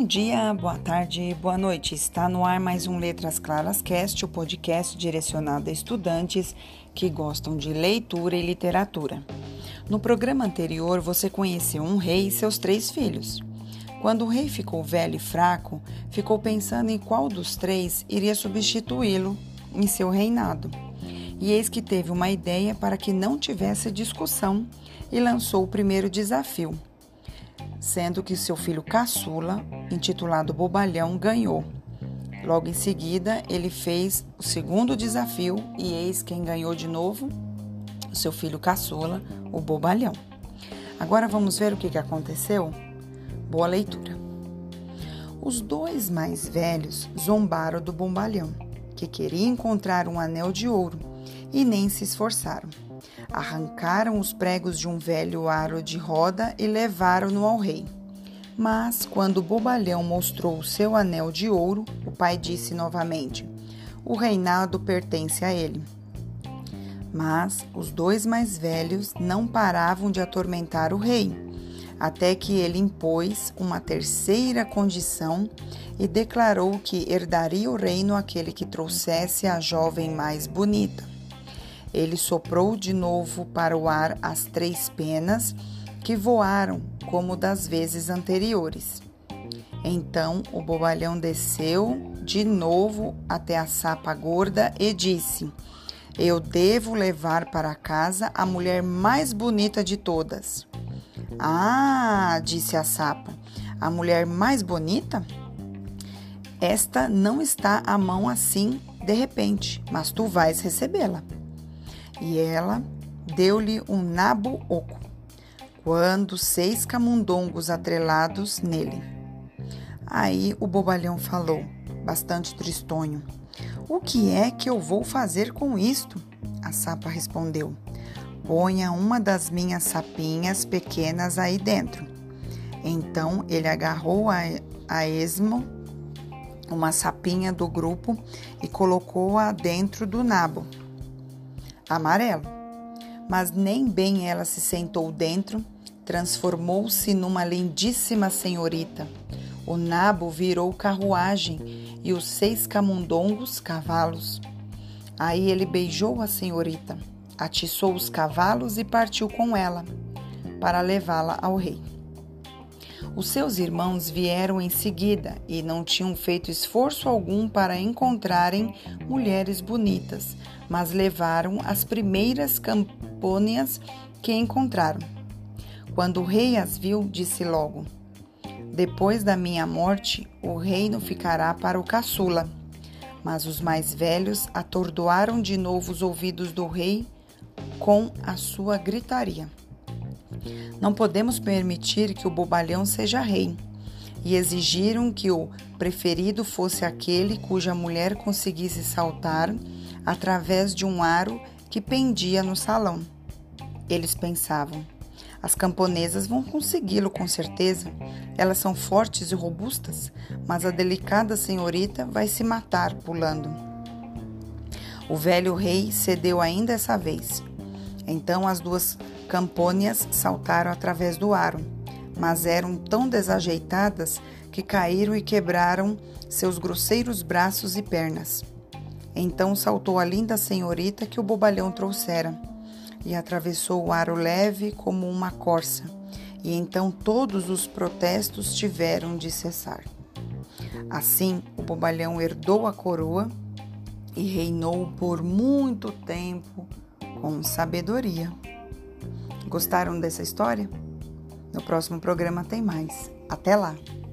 dia, boa tarde, boa noite. Está no ar mais um Letras Claras Cast, o podcast direcionado a estudantes que gostam de leitura e literatura. No programa anterior, você conheceu um rei e seus 3 filhos. Quando o rei ficou velho e fraco, ficou pensando em qual dos 3 iria substituí-lo em seu reinado. E eis que teve uma ideia para que não tivesse discussão e lançou o primeiro desafio, sendo que seu filho caçula, intitulado Bobalhão, ganhou. Logo em seguida, ele fez o segundo desafio e eis quem ganhou de novo, o seu filho caçula, o Bobalhão. Agora vamos ver o que aconteceu? Boa leitura. Os 2 mais velhos zombaram do Bobalhão, que queria encontrar um anel de ouro, e nem se esforçaram. Arrancaram os pregos de um velho aro de roda e levaram-no ao rei. Mas, quando o Bobalhão mostrou o seu anel de ouro, o pai disse novamente: "O reinado pertence a ele." Mas os 2 mais velhos não paravam de atormentar o rei, até que ele impôs uma terceira condição e declarou que herdaria o reino àquele que trouxesse a jovem mais bonita. Ele soprou de novo para o ar as 3 penas, que voaram como das vezes anteriores. Então o Bobalhão desceu de novo até a sapa gorda e disse: "Eu devo levar para casa a mulher mais bonita de todas." "Ah," disse a sapa, "a mulher mais bonita? Esta não está à mão assim de repente, mas tu vais recebê-la." E ela deu-lhe um nabo oco, quando 6 camundongos atrelados nele. Aí o Bobalhão falou, bastante tristonho: "O que é que eu vou fazer com isto?" A sapa respondeu: "Ponha uma das minhas sapinhas pequenas aí dentro." Então ele agarrou a esmo uma sapinha do grupo e colocou-a dentro do nabo amarelo. Mas nem bem ela se sentou dentro, transformou-se numa lindíssima senhorita. O nabo virou carruagem e os 6 camundongos cavalos. Aí ele beijou a senhorita, atiçou os cavalos e partiu com ela para levá-la ao rei. Os seus irmãos vieram em seguida e não tinham feito esforço algum para encontrarem mulheres bonitas, mas levaram as primeiras campônias que encontraram. Quando o rei as viu, disse logo: "Depois da minha morte, o reino ficará para o caçula." Mas os mais velhos atordoaram de novo os ouvidos do rei com a sua gritaria. "Não podemos permitir que o Bobalhão seja rei." E exigiram que o preferido fosse aquele cuja mulher conseguisse saltar através de um aro que pendia no salão. Eles pensavam: "As camponesas vão consegui-lo com certeza. Elas são fortes e robustas, mas a delicada senhorita vai se matar pulando." O velho rei cedeu ainda essa vez. Então as 2 campônias saltaram através do aro, mas eram tão desajeitadas que caíram e quebraram seus grosseiros braços e pernas. Então saltou a linda senhorita que o Bobalhão trouxera e atravessou o aro leve como uma corça, e então todos os protestos tiveram de cessar. Assim, o Bobalhão herdou a coroa e reinou por muito tempo com sabedoria. Gostaram dessa história? No próximo programa tem mais. Até lá!